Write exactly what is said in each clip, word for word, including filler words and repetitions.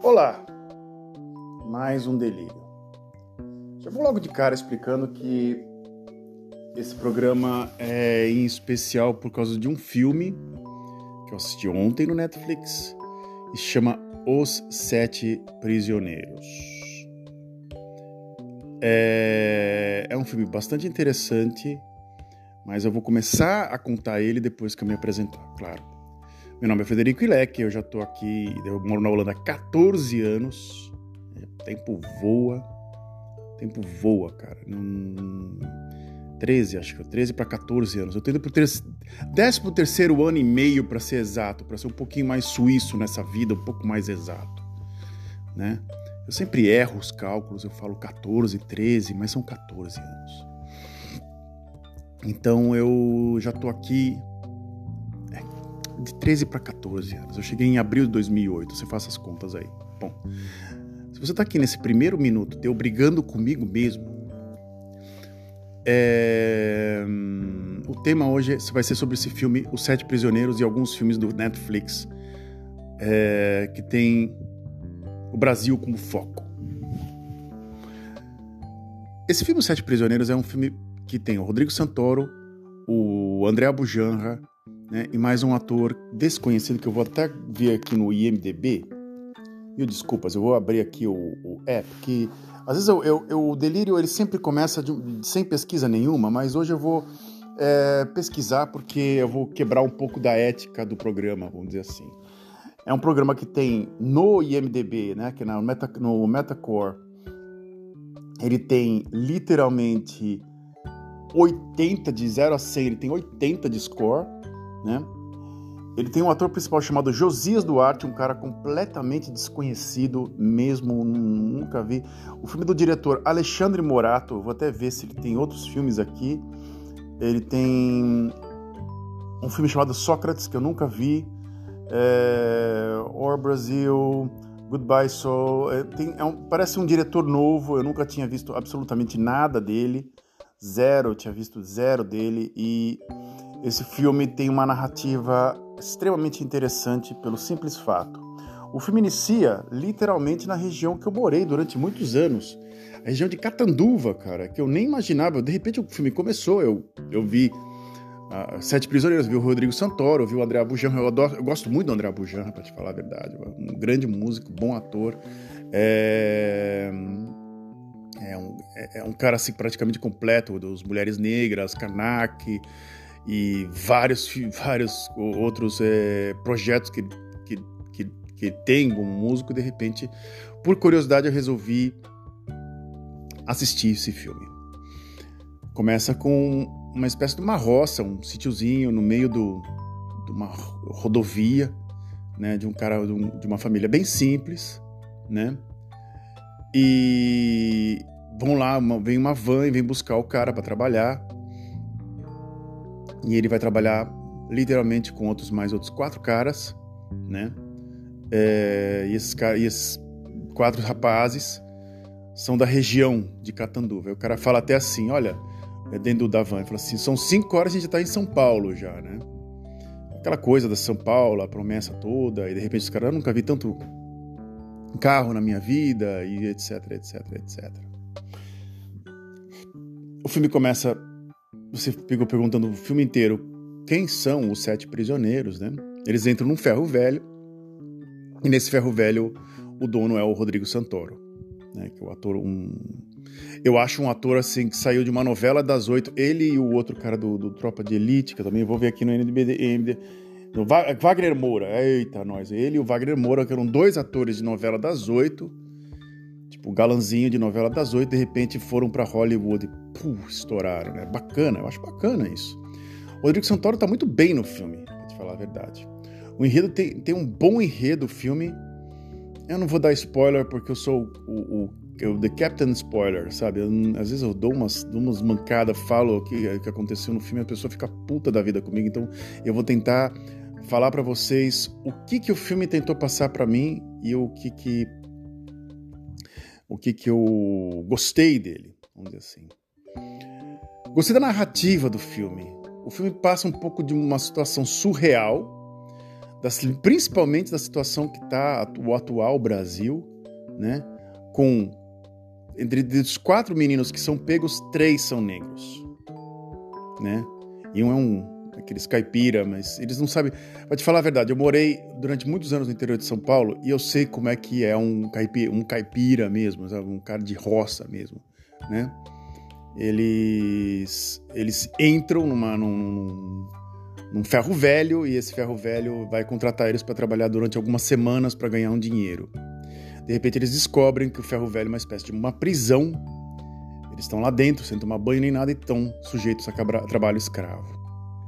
Olá, mais um delírio. Já vou logo de cara explicando que esse programa é em especial por causa de um filme que eu assisti ontem no Netflix e se chama Os Sete Prisioneiros. É, é um filme bastante interessante, mas eu vou começar a contar ele depois que eu me apresentar, claro. Meu nome é Frederico Ilek, eu já estou aqui, eu moro na Holanda há catorze anos. O tempo voa, o tempo voa, cara. Num... treze, acho que é treze para catorze anos. Eu estou indo para o ter... décimo terceiro ano e meio, para ser exato, para ser um pouquinho mais suíço nessa vida, um pouco mais exato, né? Eu sempre erro os cálculos, eu falo catorze, treze, mas são catorze anos. Então eu já estou aqui de treze para catorze anos. Eu cheguei em abril de dois mil e oito, você faça as contas aí. Bom, se você está aqui nesse primeiro minuto, eu brigando comigo mesmo, é... o tema hoje vai ser sobre esse filme, Os Sete Prisioneiros, e alguns filmes do Netflix é... que tem o Brasil como foco. Esse filme, Os Sete Prisioneiros, é um filme que tem o Rodrigo Santoro, o André Abujanra, né, e mais um ator desconhecido que eu vou até ver aqui no I M D B. E desculpas, eu vou abrir aqui o, o app, que às vezes eu, eu, eu, o delírio ele sempre começa de, sem pesquisa nenhuma, mas hoje eu vou é, pesquisar porque eu vou quebrar um pouco da ética do programa, vamos dizer assim. É um programa que tem no I M D B, né, que é no, Meta, no Metacore, ele tem literalmente oitenta, de zero a cem, ele tem oitenta de score, né? Ele tem um ator principal chamado Josias Duarte, um cara completamente desconhecido mesmo, nunca vi. O filme do diretor Alexandre Morato, vou até ver se ele tem outros filmes aqui. Ele tem um filme chamado Sócrates, que eu nunca vi. É... Or Brasil, Goodbye Soul. É, tem, é um, parece um diretor novo, eu nunca tinha visto absolutamente nada dele. Zero, eu tinha visto zero dele. E esse filme tem uma narrativa extremamente interessante pelo simples fato. O filme inicia literalmente na região que eu morei durante muitos anos, a região de Catanduva, cara, que eu nem imaginava. De repente o filme começou, eu, eu vi uh, Sete Prisioneiros, vi o Rodrigo Santoro, eu vi o André Abujanra. Eu, adoro, eu gosto muito do André Abujanra, pra te falar a verdade, um grande músico, bom ator. É... É um, é um cara assim, praticamente completo, dos Mulheres Negras, Karnak e vários, vários outros é, projetos que, que, que, que tem como músico. De repente, por curiosidade, eu resolvi assistir esse filme. Começa com uma espécie de uma roça, um sítiozinho no meio do, de uma rodovia, né, de um cara, de, um, de uma família bem simples, né? E vão lá, uma, vem uma van e vem buscar o cara para trabalhar. E ele vai trabalhar literalmente com outros mais outros quatro caras, né? É, e, esses, e esses quatro rapazes são da região de Catanduva. O cara fala até assim, olha, dentro da van, ele fala assim, são cinco horas e a gente tá em São Paulo já, né? Aquela coisa da São Paulo, a promessa toda, e de repente os caras, eu nunca vi tanto carro na minha vida, e etc, etc, etcétera. O filme começa, você ficou perguntando o filme inteiro, quem são os sete prisioneiros, né? Eles entram num ferro velho, e nesse ferro velho o dono é o Rodrigo Santoro, né? Que é o ator, um... eu acho um ator assim, que saiu de uma novela das oito, ele e o outro cara do, do Tropa de Elite, que eu também vou ver aqui no N B D, no Wagner Moura, eita, nós, ele e o Wagner Moura, que eram dois atores de novela das oito, tipo, galanzinho de novela das oito, de repente foram pra Hollywood e puh, estouraram, né? Bacana, eu acho bacana isso. O Rodrigo Santoro tá muito bem no filme, pra te falar a verdade. O enredo tem, tem um bom enredo, o filme. Eu não vou dar spoiler porque eu sou o, o, o The Captain Spoiler, sabe? Eu, às vezes eu dou umas, dou umas mancadas, falo o que, que aconteceu no filme, a pessoa fica puta da vida comigo, então eu vou tentar falar pra vocês o que que o filme tentou passar pra mim e o que que o que que eu gostei dele, vamos dizer assim. Gostei da narrativa do filme. O filme passa um pouco de uma situação surreal, das, principalmente da situação que está o atual Brasil, né? Com, entre os quatro meninos que são pegos, três são negros, né? E um é um aqueles caipira, mas eles não sabem. Pra te falar a verdade, eu morei durante muitos anos no interior de São Paulo e eu sei como é que é um caipira, um caipira mesmo, sabe? Um cara de roça mesmo, né? Eles, eles entram numa, num, num ferro velho e esse ferro velho vai contratar eles para trabalhar durante algumas semanas para ganhar um dinheiro. De repente eles descobrem que o ferro velho é uma espécie de uma prisão. Eles estão lá dentro, sem tomar banho nem nada e estão sujeitos a trabalho escravo.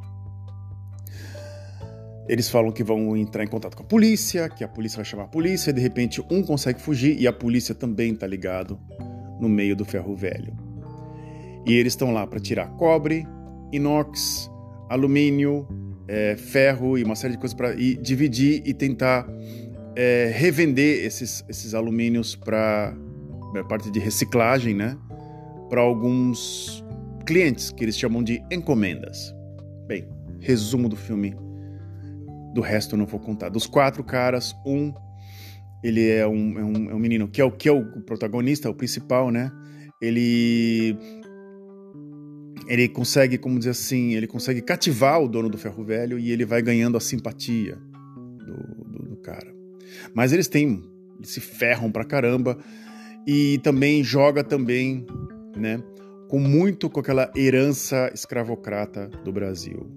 Eles falam que vão entrar em contato com a polícia, que a polícia vai chamar a polícia, e de repente um consegue fugir e a polícia também está ligado no meio do ferro velho. E eles estão lá para tirar cobre, inox, alumínio, é, ferro e uma série de coisas para dividir e tentar é, revender esses, esses alumínios para a parte de reciclagem, né? Para alguns clientes que eles chamam de encomendas. Bem, resumo do filme. Do resto eu não vou contar. Dos quatro caras, um, ele é um, é um, é um menino que é, o, que é o protagonista, o principal, né? Ele, ele consegue, como dizer assim, ele consegue cativar o dono do ferro velho e ele vai ganhando a simpatia do, do, do cara. Mas eles têm, eles se ferram pra caramba e também joga também, né? Com muito com aquela herança escravocrata do Brasil.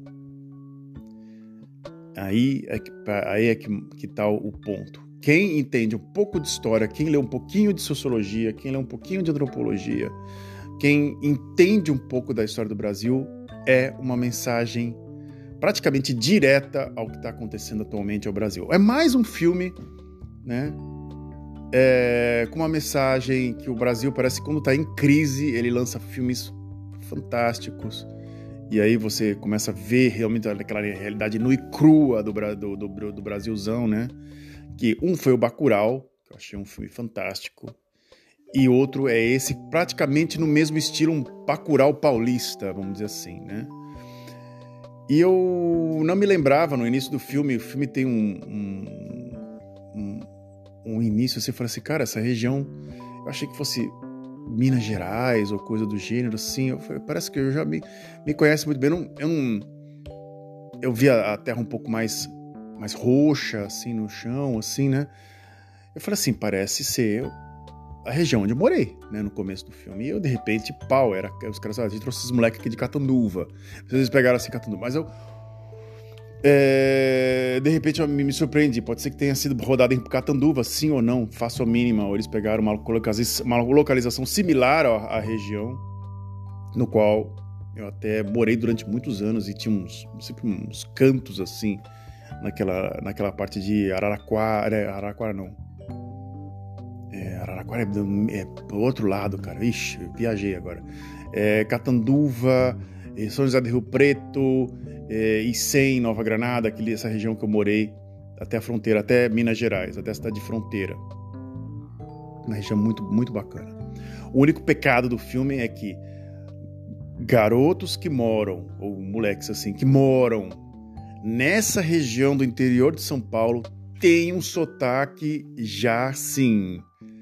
Aí é que, aí é que, que tá o ponto. Quem entende um pouco de história, quem lê um pouquinho de sociologia, quem lê um pouquinho de antropologia, quem entende um pouco da história do Brasil, é uma mensagem praticamente direta ao que está acontecendo atualmente ao Brasil. É mais um filme, né, é, com uma mensagem que o Brasil parece que quando está em crise, ele lança filmes fantásticos. E aí você começa a ver realmente aquela realidade nua e crua do, do, do, do Brasilzão, né? Que um foi o Bacurau, que eu achei um filme fantástico, e outro é esse, praticamente no mesmo estilo, um Bacurau paulista, vamos dizer assim, né? E eu não me lembrava no início do filme, o filme tem um, um, um, um início, você fala assim, cara, essa região, eu achei que fosse Minas Gerais ou coisa do gênero, assim, eu falei, parece que eu já me, me conhece muito bem, eu não, eu, não, eu vi a, a terra um pouco mais, mais roxa, assim, no chão, assim, né, eu falei assim, parece ser a região onde eu morei, né, no começo do filme, e eu, de repente, pau, era, os caras, ah, a gente trouxe esses moleques aqui de Catanduva, vocês pegaram assim, Catanduva, mas eu É, de repente eu me, me surpreendi. Pode ser que tenha sido rodada em Catanduva, sim ou não, faço a mínima. Ou eles pegaram uma localização, uma localização similar à, à região no qual eu até morei durante muitos anos e tinha uns, sempre uns cantos assim naquela, naquela parte de Araraquara. Araraquara não. É, Araraquara é, é pro outro lado, cara. Ixi, viajei agora. É, Catanduva, São José do Rio Preto. É, Icém, Nova Granada, aquele, essa região que eu morei, até a fronteira, até Minas Gerais, até a cidade de fronteira. Uma região muito, muito bacana. O único pecado do filme é que garotos que moram, ou moleques assim, que moram nessa região do interior de São Paulo, têm um sotaque já, assim,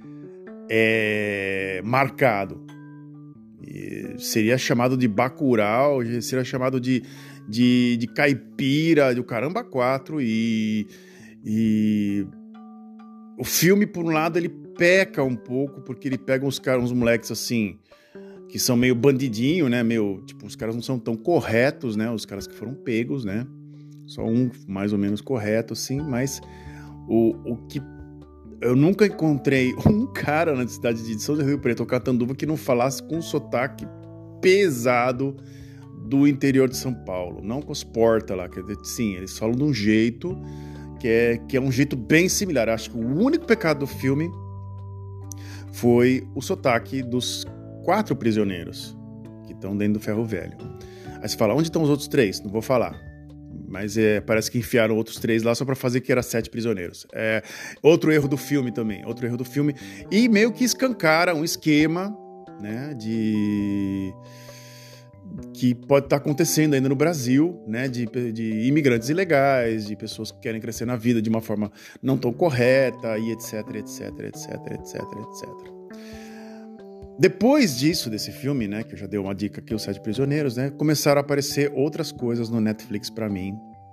é, marcado. E seria chamado de Bacurau, seria chamado de De, de caipira, do caramba quatro, e, e o filme, por um lado, ele peca um pouco, porque ele pega uns caras, uns moleques assim, que são meio bandidinho, né, meio, tipo, os caras não são tão corretos, né, os caras que foram pegos, né, só um mais ou menos correto, assim, mas o, o que eu nunca encontrei um cara na cidade de São José do Rio Preto ou Catanduva que não falasse com um sotaque pesado do interior de São Paulo, não com os porta lá, que sim, eles falam de um jeito que é, que é um jeito bem similar. Acho que o único pecado do filme foi o sotaque dos quatro prisioneiros que estão dentro do ferro velho. Aí você fala, onde estão os outros três? Não vou falar, mas é, parece que enfiaram outros três lá só para fazer que era sete prisioneiros. É, outro erro do filme também, outro erro do filme, e meio que escancara um esquema, né, de que pode estar acontecendo ainda no Brasil, né, de, de imigrantes ilegais, de pessoas que querem crescer na vida de uma forma não tão correta, e etc, etc, etc, etc, etcétera. Depois disso, desse filme, né, que eu já dei uma dica aqui, Os Sete Prisioneiros, né, começaram a aparecer outras coisas no Netflix pra mim,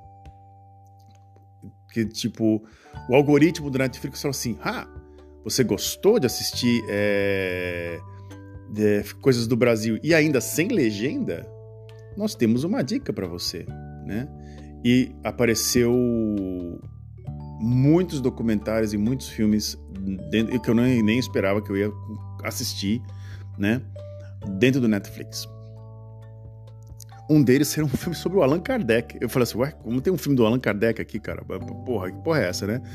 que tipo, o algoritmo do Netflix falou assim, ah, você gostou de assistir é, de, coisas do Brasil e ainda sem legenda? Nós temos uma dica para você, né? E apareceu muitos documentários e muitos filmes dentro, que eu nem, nem esperava que eu ia assistir, né? Dentro do Netflix. Um deles era um filme sobre o Allan Kardec. Eu falei assim, ué, como tem um filme do Allan Kardec aqui, cara? Porra, que porra é essa, né?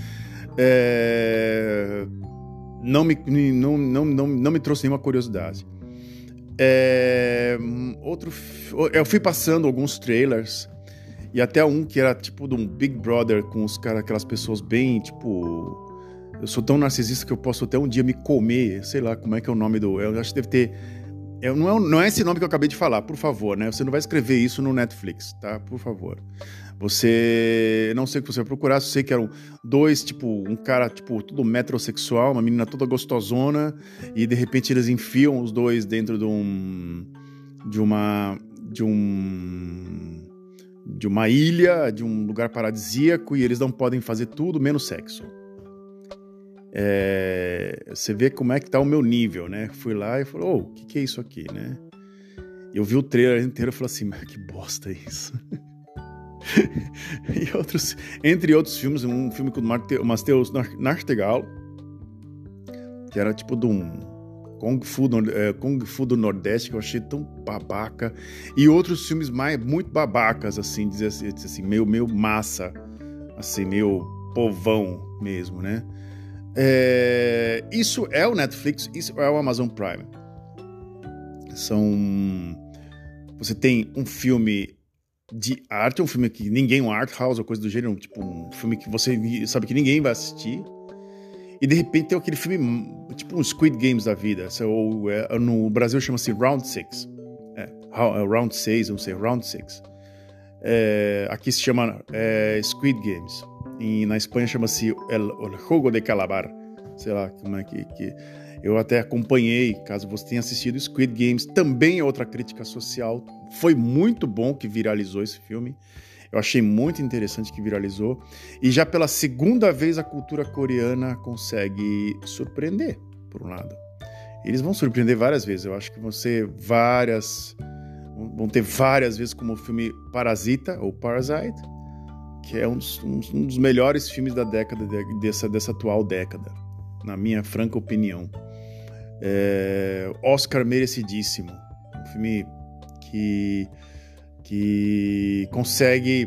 É... Não, me, não, não, não, não me trouxe nenhuma curiosidade. É, outro, eu fui passando alguns trailers e até um que era tipo de um Big Brother com os cara, aquelas pessoas bem tipo, eu sou tão narcisista que eu posso até um dia me comer, sei lá como é que é o nome do, eu acho que deve ter, eu, não, é, não é esse nome que eu acabei de falar, por favor, né? Você não vai escrever isso no Netflix, tá? Por favor. Você, não sei o que você vai procurar, só sei que eram dois, tipo, um cara, tipo, tudo metrosexual, uma menina toda gostosona, e de repente eles enfiam os dois dentro de um, de uma, de um, de uma ilha, de um lugar paradisíaco, e eles não podem fazer tudo menos sexo. É, você vê como é que tá o meu nível, né? Fui lá e falei, oh, o que, que é isso aqui, né? Eu vi o trailer inteiro e falei assim, mas que bosta é isso? E outros, entre outros filmes, um filme com o Matheus Nachtigal, que era tipo de um Kung Fu, é, Kung Fu do Nordeste, que eu achei tão babaca, e outros filmes mais, muito babacas, assim, dizer assim, assim meio, meio massa, assim, meio povão mesmo, né? É, isso é o Netflix, isso é o Amazon Prime. São... Você tem um filme de arte, um filme que ninguém, um art house ou coisa do gênero, tipo um filme que você sabe que ninguém vai assistir, e de repente tem aquele filme tipo um Squid Games da vida, ou é, no Brasil chama-se Round Six, é, Round seis, não sei, Round Six, é, aqui se chama é, Squid Games, e na Espanha chama-se El, El Juego de Calabar, sei lá como é que, que eu até acompanhei, caso você tenha assistido Squid Games, também é outra crítica social. Foi muito bom que viralizou esse filme. Eu achei muito interessante que viralizou. E já pela segunda vez a cultura coreana consegue surpreender, por um lado. Eles vão surpreender várias vezes. Eu acho que vão ser várias... Vão ter várias vezes como o filme Parasita, ou Parasite, que é um dos, um dos melhores filmes da década, dessa, dessa atual década, na minha franca opinião. É, Oscar merecidíssimo, um filme que, que consegue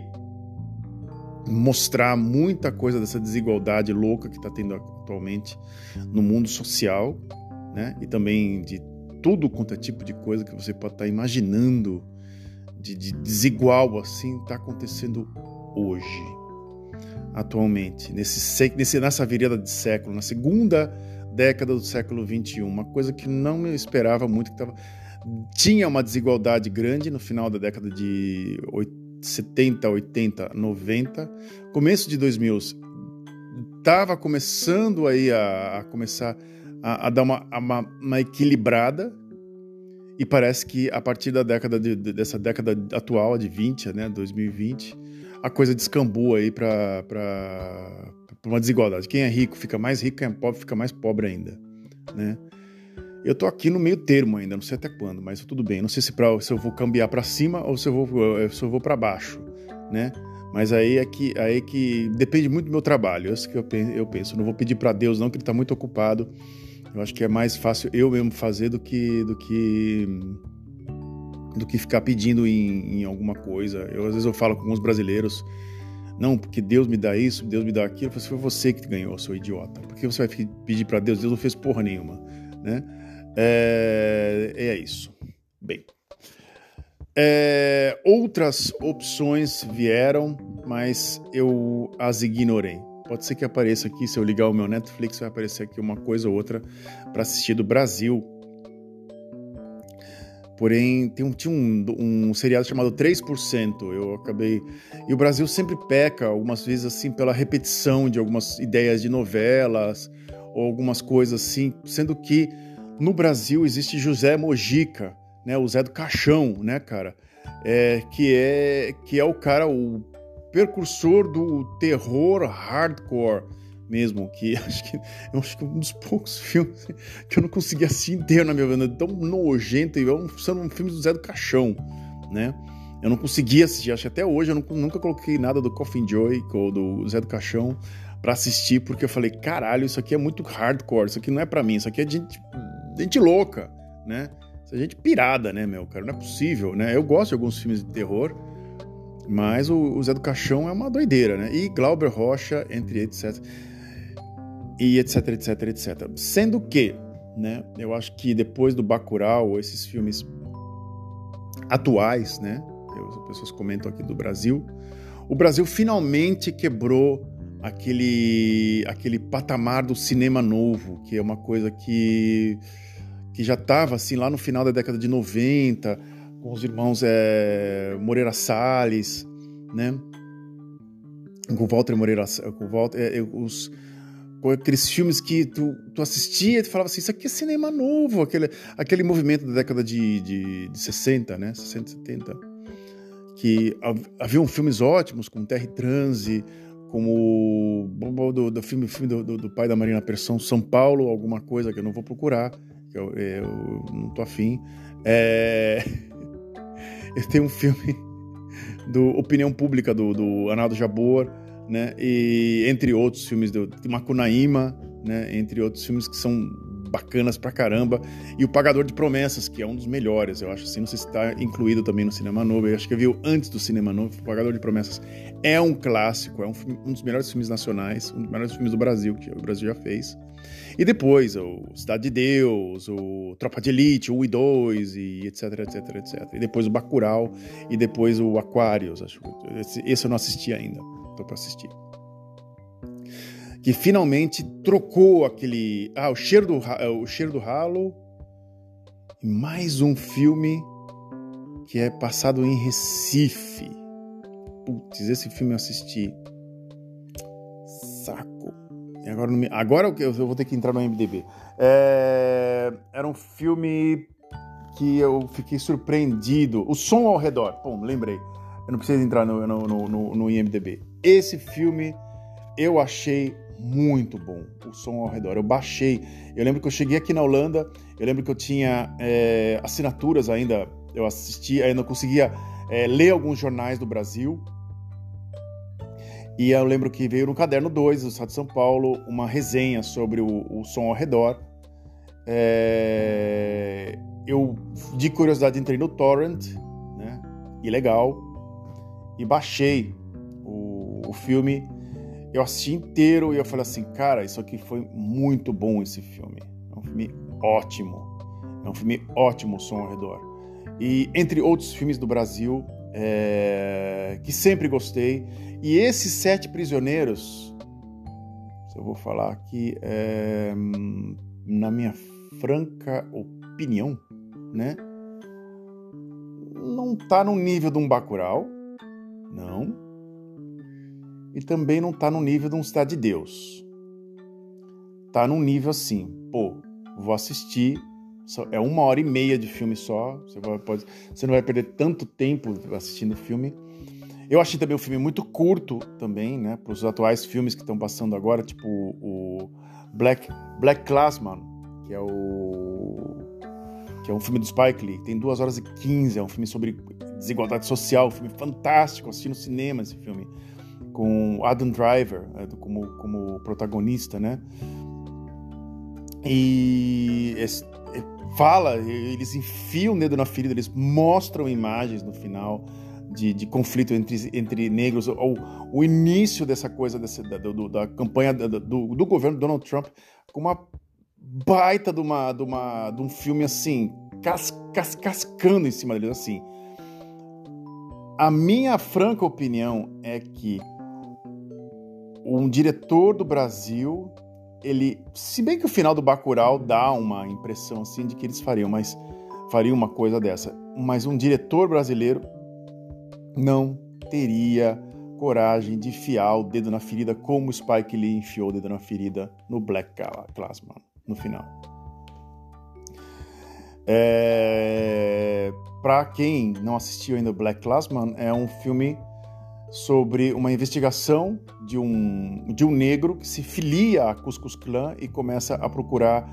mostrar muita coisa dessa desigualdade louca que está tendo atualmente no mundo social, né? E também de tudo quanto é tipo de coisa que você pode estar tá imaginando de, de desigual assim, está acontecendo hoje, atualmente, nesse, nesse, nessa virada de século, na segunda década do século vinte e um, uma coisa que não me esperava muito, que tava, tinha uma desigualdade grande no final da década de setenta, oitenta, noventa, começo de dois mil, estava começando aí a, a começar a, a dar uma, uma, uma equilibrada, e parece que a partir da década de, dessa década atual, de vinte, né, dois mil e vinte, a coisa descambou aí para uma desigualdade. Quem é rico fica mais rico, quem é pobre fica mais pobre ainda, né? Eu tô aqui no meio termo ainda, não sei até quando, mas tudo bem. Não sei se, pra, se eu vou cambiar para cima ou se eu vou, se eu vou para baixo, né? Mas aí é que, aí é que depende muito do meu trabalho. É isso que eu, eu penso. Eu não vou pedir para Deus não, que ele tá muito ocupado. Eu acho que é mais fácil eu mesmo fazer do que do que do que ficar pedindo em, em alguma coisa. Eu, às vezes eu falo com alguns brasileiros, não, porque Deus me dá isso, Deus me dá aquilo. Eu falo, foi você que ganhou, seu idiota. Por que você vai pedir para Deus? Deus não fez porra nenhuma, né? É, é isso. Bem, é, outras opções vieram, mas eu as ignorei. Pode ser que apareça aqui, se eu ligar o meu Netflix, vai aparecer aqui uma coisa ou outra para assistir do Brasil. Porém, tem um, tinha um, um seriado chamado três por cento, eu acabei... E o Brasil sempre peca, algumas vezes, assim, pela repetição de algumas ideias de novelas, ou algumas coisas assim, sendo que no Brasil existe José Mojica, né, o Zé do Caixão, né, cara, é, que, é, que é o cara, o precursor do terror hardcore mesmo, que acho que, eu acho que é um dos poucos filmes que eu não consegui assistir inteiro na minha vida, tão nojento, e é um, são um filme do Zé do Caixão, né, eu não consegui assistir, acho que até hoje eu não, nunca coloquei nada do Coffin Joy ou do Zé do Caixão pra assistir, porque eu falei, caralho, isso aqui é muito hardcore, isso aqui não é pra mim, isso aqui é de gente, gente louca, né? Isso é gente pirada, né, meu, cara? Não é possível, né? Eu gosto de alguns filmes de terror, mas o, o Zé do Caixão é uma doideira, né? E Glauber Rocha, entre etc. E etc, etc, etcétera. Sendo que, né, eu acho que depois do Bacurau, esses filmes atuais, né, as pessoas comentam aqui do Brasil, o Brasil finalmente quebrou aquele, aquele patamar do cinema novo, que é uma coisa que, que já estava assim, lá no final da década de noventa, com os irmãos é, Moreira Salles, né? Com Walter Moreira, com Walter, é, os, com aqueles filmes que tu, tu assistia e tu falava assim, isso aqui é cinema novo, aquele, aquele movimento da década de, de, de sessenta, né? sessenta, setenta, que haviam filmes ótimos, como Terra e Transe, como do, do filme, filme do, do, do pai da Marina Persson, São Paulo, alguma coisa que eu não vou procurar, que eu, eu não tô afim. É... eu tenho um filme do Opinião Pública, do, do Arnaldo Jabor, né? E entre outros filmes do, de Macunaíma, né? Entre outros filmes que são bacanas pra caramba, e O Pagador de Promessas, que é um dos melhores, eu acho assim, não sei se está incluído também no Cinema Novo, eu acho que eu vi antes do Cinema Novo. O Pagador de Promessas é um clássico, é um, filme, um dos melhores filmes nacionais, um dos melhores filmes do Brasil, que o Brasil já fez. E depois, o Cidade de Deus, o Tropa de Elite, o um e dois, e etc, etc, etcétera. E depois o Bacurau, e depois o Aquarius, acho que esse, esse eu não assisti ainda, tô pra assistir. Que finalmente trocou aquele... Ah, o cheiro do, o cheiro do ralo. E mais um filme que é passado em Recife. Putz, esse filme eu assisti. Saco. E agora não me... agora eu vou ter que entrar no I M D B. É... Era um filme que eu fiquei surpreendido. O Som ao Redor. Pô, lembrei. Eu não preciso entrar no, no, no, no I M D B. Esse filme eu achei muito bom, O Som ao Redor. Eu baixei, eu lembro que eu cheguei aqui na Holanda, eu lembro que eu tinha é, assinaturas ainda, eu assisti, ainda conseguia é, ler alguns jornais do Brasil, e eu lembro que veio no Caderno dois do Estado de São Paulo uma resenha sobre o, o Som ao Redor. É, eu, de curiosidade, entrei no Torrent, né, ilegal, e baixei o, o filme. Eu assisti inteiro e eu falei assim, cara, isso aqui foi muito bom, esse filme. É um filme ótimo. É um filme ótimo, O Som ao Redor. E entre outros filmes do Brasil, é... que sempre gostei. E esses Sete Prisioneiros, se eu vou falar aqui, é... na minha franca opinião, né? Não tá no nível de um Bacurau, não. E também não tá no nível de um Cidade de Deus. Tá num nível assim, pô, vou assistir, é uma hora e meia de filme só, você, vai, pode, você não vai perder tanto tempo assistindo o filme. Eu achei também o filme muito curto também, né, para os atuais filmes que estão passando agora, tipo o Black, Black Classman, que é o... que é um filme do Spike Lee, tem duas horas e quinze, é um filme sobre desigualdade social, um filme fantástico, assisti no cinema esse filme, com Adam Driver como, como protagonista, né? E esse, fala, eles enfiam o dedo na ferida, eles mostram imagens no final de, de conflito entre, entre negros, ou o início dessa coisa, dessa, da, do, da campanha do, do governo Donald Trump, com uma baita de, uma, de, uma, de um filme assim, cas, cas, cascando em cima deles, assim. A minha franca opinião é que um diretor do Brasil, ele, se bem que o final do Bacurau dá uma impressão assim de que eles fariam, mas faria uma coisa dessa. Mas um diretor brasileiro não teria coragem de enfiar o dedo na ferida como o Spike Lee enfiou o dedo na ferida no Black Klansman, no final. É... Para quem não assistiu ainda Black Klansman, é um filme sobre uma investigação de um, de um negro que se filia a Ku Klux Klan e começa a procurar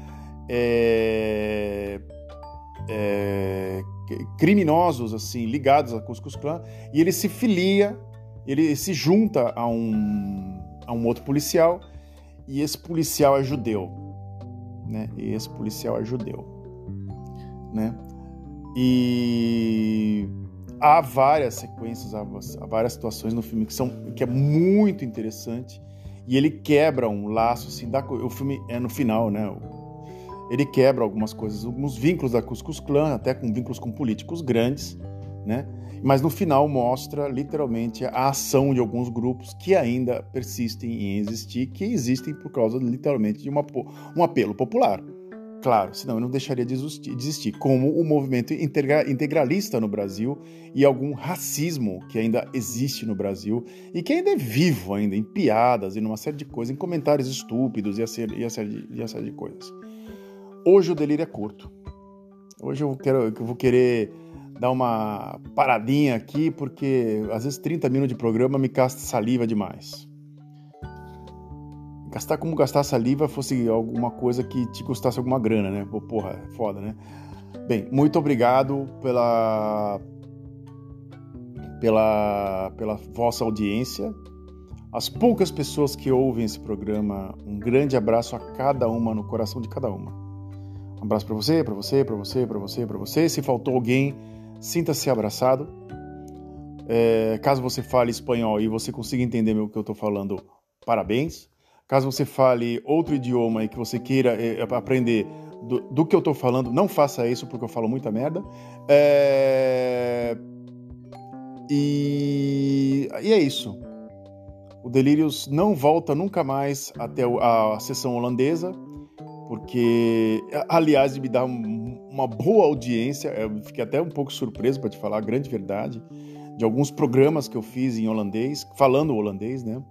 é, é, criminosos assim, ligados a Ku Klux Klan, e ele se filia, ele se junta a um, a um outro policial, e esse policial é judeu, né? E esse policial é judeu, né? E há várias sequências, há várias situações no filme que, são, que é muito interessante, e ele quebra um laço, assim, da, o filme é no final, né? Ele quebra algumas coisas, alguns vínculos da Ku Klux Klan, até com vínculos com políticos grandes, né? Mas no final mostra literalmente a ação de alguns grupos que ainda persistem em existir, que existem por causa literalmente de uma, um apelo popular. Claro, senão eu não deixaria de existir, como o movimento integralista no Brasil e algum racismo que ainda existe no Brasil e que ainda é vivo ainda, em piadas e numa série de coisas, em comentários estúpidos e a série, e a série, e a série de coisas. Hoje o delírio é curto. Hoje eu, quero, eu vou querer dar uma paradinha aqui, porque às vezes trinta minutos de programa me gasta saliva demais. Gastar como gastar saliva fosse alguma coisa que te custasse alguma grana, né? Porra, é foda, né? Bem, muito obrigado pela, pela, pela vossa audiência. As poucas pessoas que ouvem esse programa, um grande abraço a cada uma, no coração de cada uma. Um abraço para você, para você, para você, para você, para você. Se faltou alguém, sinta-se abraçado. É, caso você fale espanhol e você consiga entender o que eu estou falando, parabéns. Caso você fale outro idioma e que você queira é, aprender do, do que eu tô falando, não faça isso, porque eu falo muita merda. É... E... e é isso. O Delírios não volta nunca mais até a sessão holandesa, porque, aliás, me dá um, uma boa audiência. Eu fiquei até um pouco surpreso, para te falar a grande verdade, de alguns programas que eu fiz em holandês, falando holandês, né?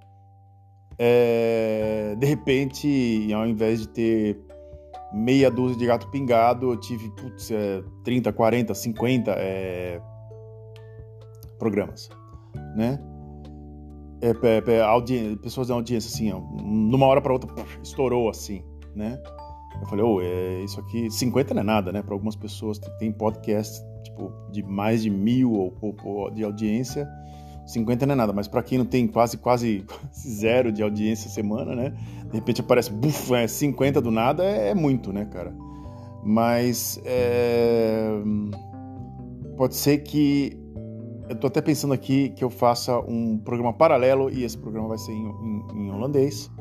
É, de repente, ao invés de ter meia dúzia de gato pingado, eu tive putz, é, trinta, quarenta, cinquenta é, programas, né? É, é, é, audi... Pessoas da audiência, assim, ó, numa hora para outra, puf, estourou assim, né? Eu falei, oh, é, isso aqui, cinquenta não é nada, né? Para algumas pessoas que tem podcast tipo, de mais de mil ou, ou, ou de audiência, cinquenta não é nada, mas para quem não tem quase, quase zero de audiência a semana, né? De repente aparece, buf, é, cinquenta do nada, é, é muito, né, cara? Mas é, pode ser que eu tô até pensando aqui que eu faça um programa paralelo e esse programa vai ser em, em, em holandês.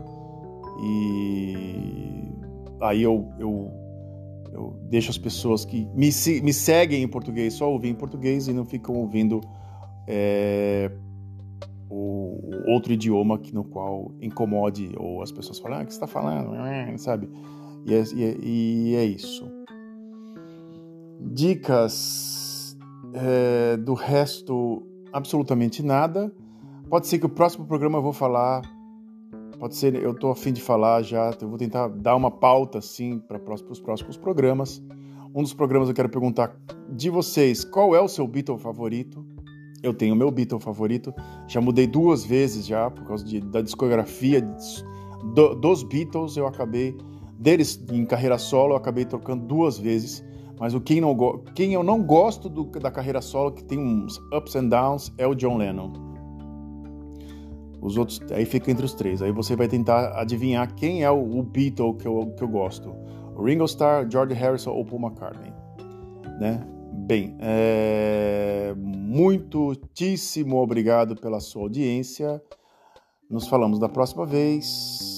E aí eu, eu, eu deixo as pessoas que me, me seguem em português só ouvir em português e não ficam ouvindo É, o, o outro idioma que, no qual incomode, ou as pessoas falam, ah, o que você está falando, sabe? E é, e, é, e é isso. Dicas é, do resto, absolutamente nada. Pode ser que o próximo programa eu vou falar, pode ser, eu estou a fim de falar já, eu vou tentar dar uma pauta assim para os próximos programas. Um dos programas eu quero perguntar de vocês, qual é o seu Beatle favorito? Eu tenho o meu Beatle favorito, já mudei duas vezes já, por causa de, da discografia do, dos Beatles, eu acabei, deles em carreira solo, eu acabei trocando duas vezes, mas o quem, não, quem eu não gosto do, da carreira solo, que tem uns ups and downs, é o John Lennon. Os outros, aí fica entre os três, aí você vai tentar adivinhar quem é o, o Beatle que eu, que eu gosto. O Ringo Starr, George Harrison ou Paul McCartney, né? Bem, é... muitíssimo obrigado pela sua audiência. Nos falamos da próxima vez.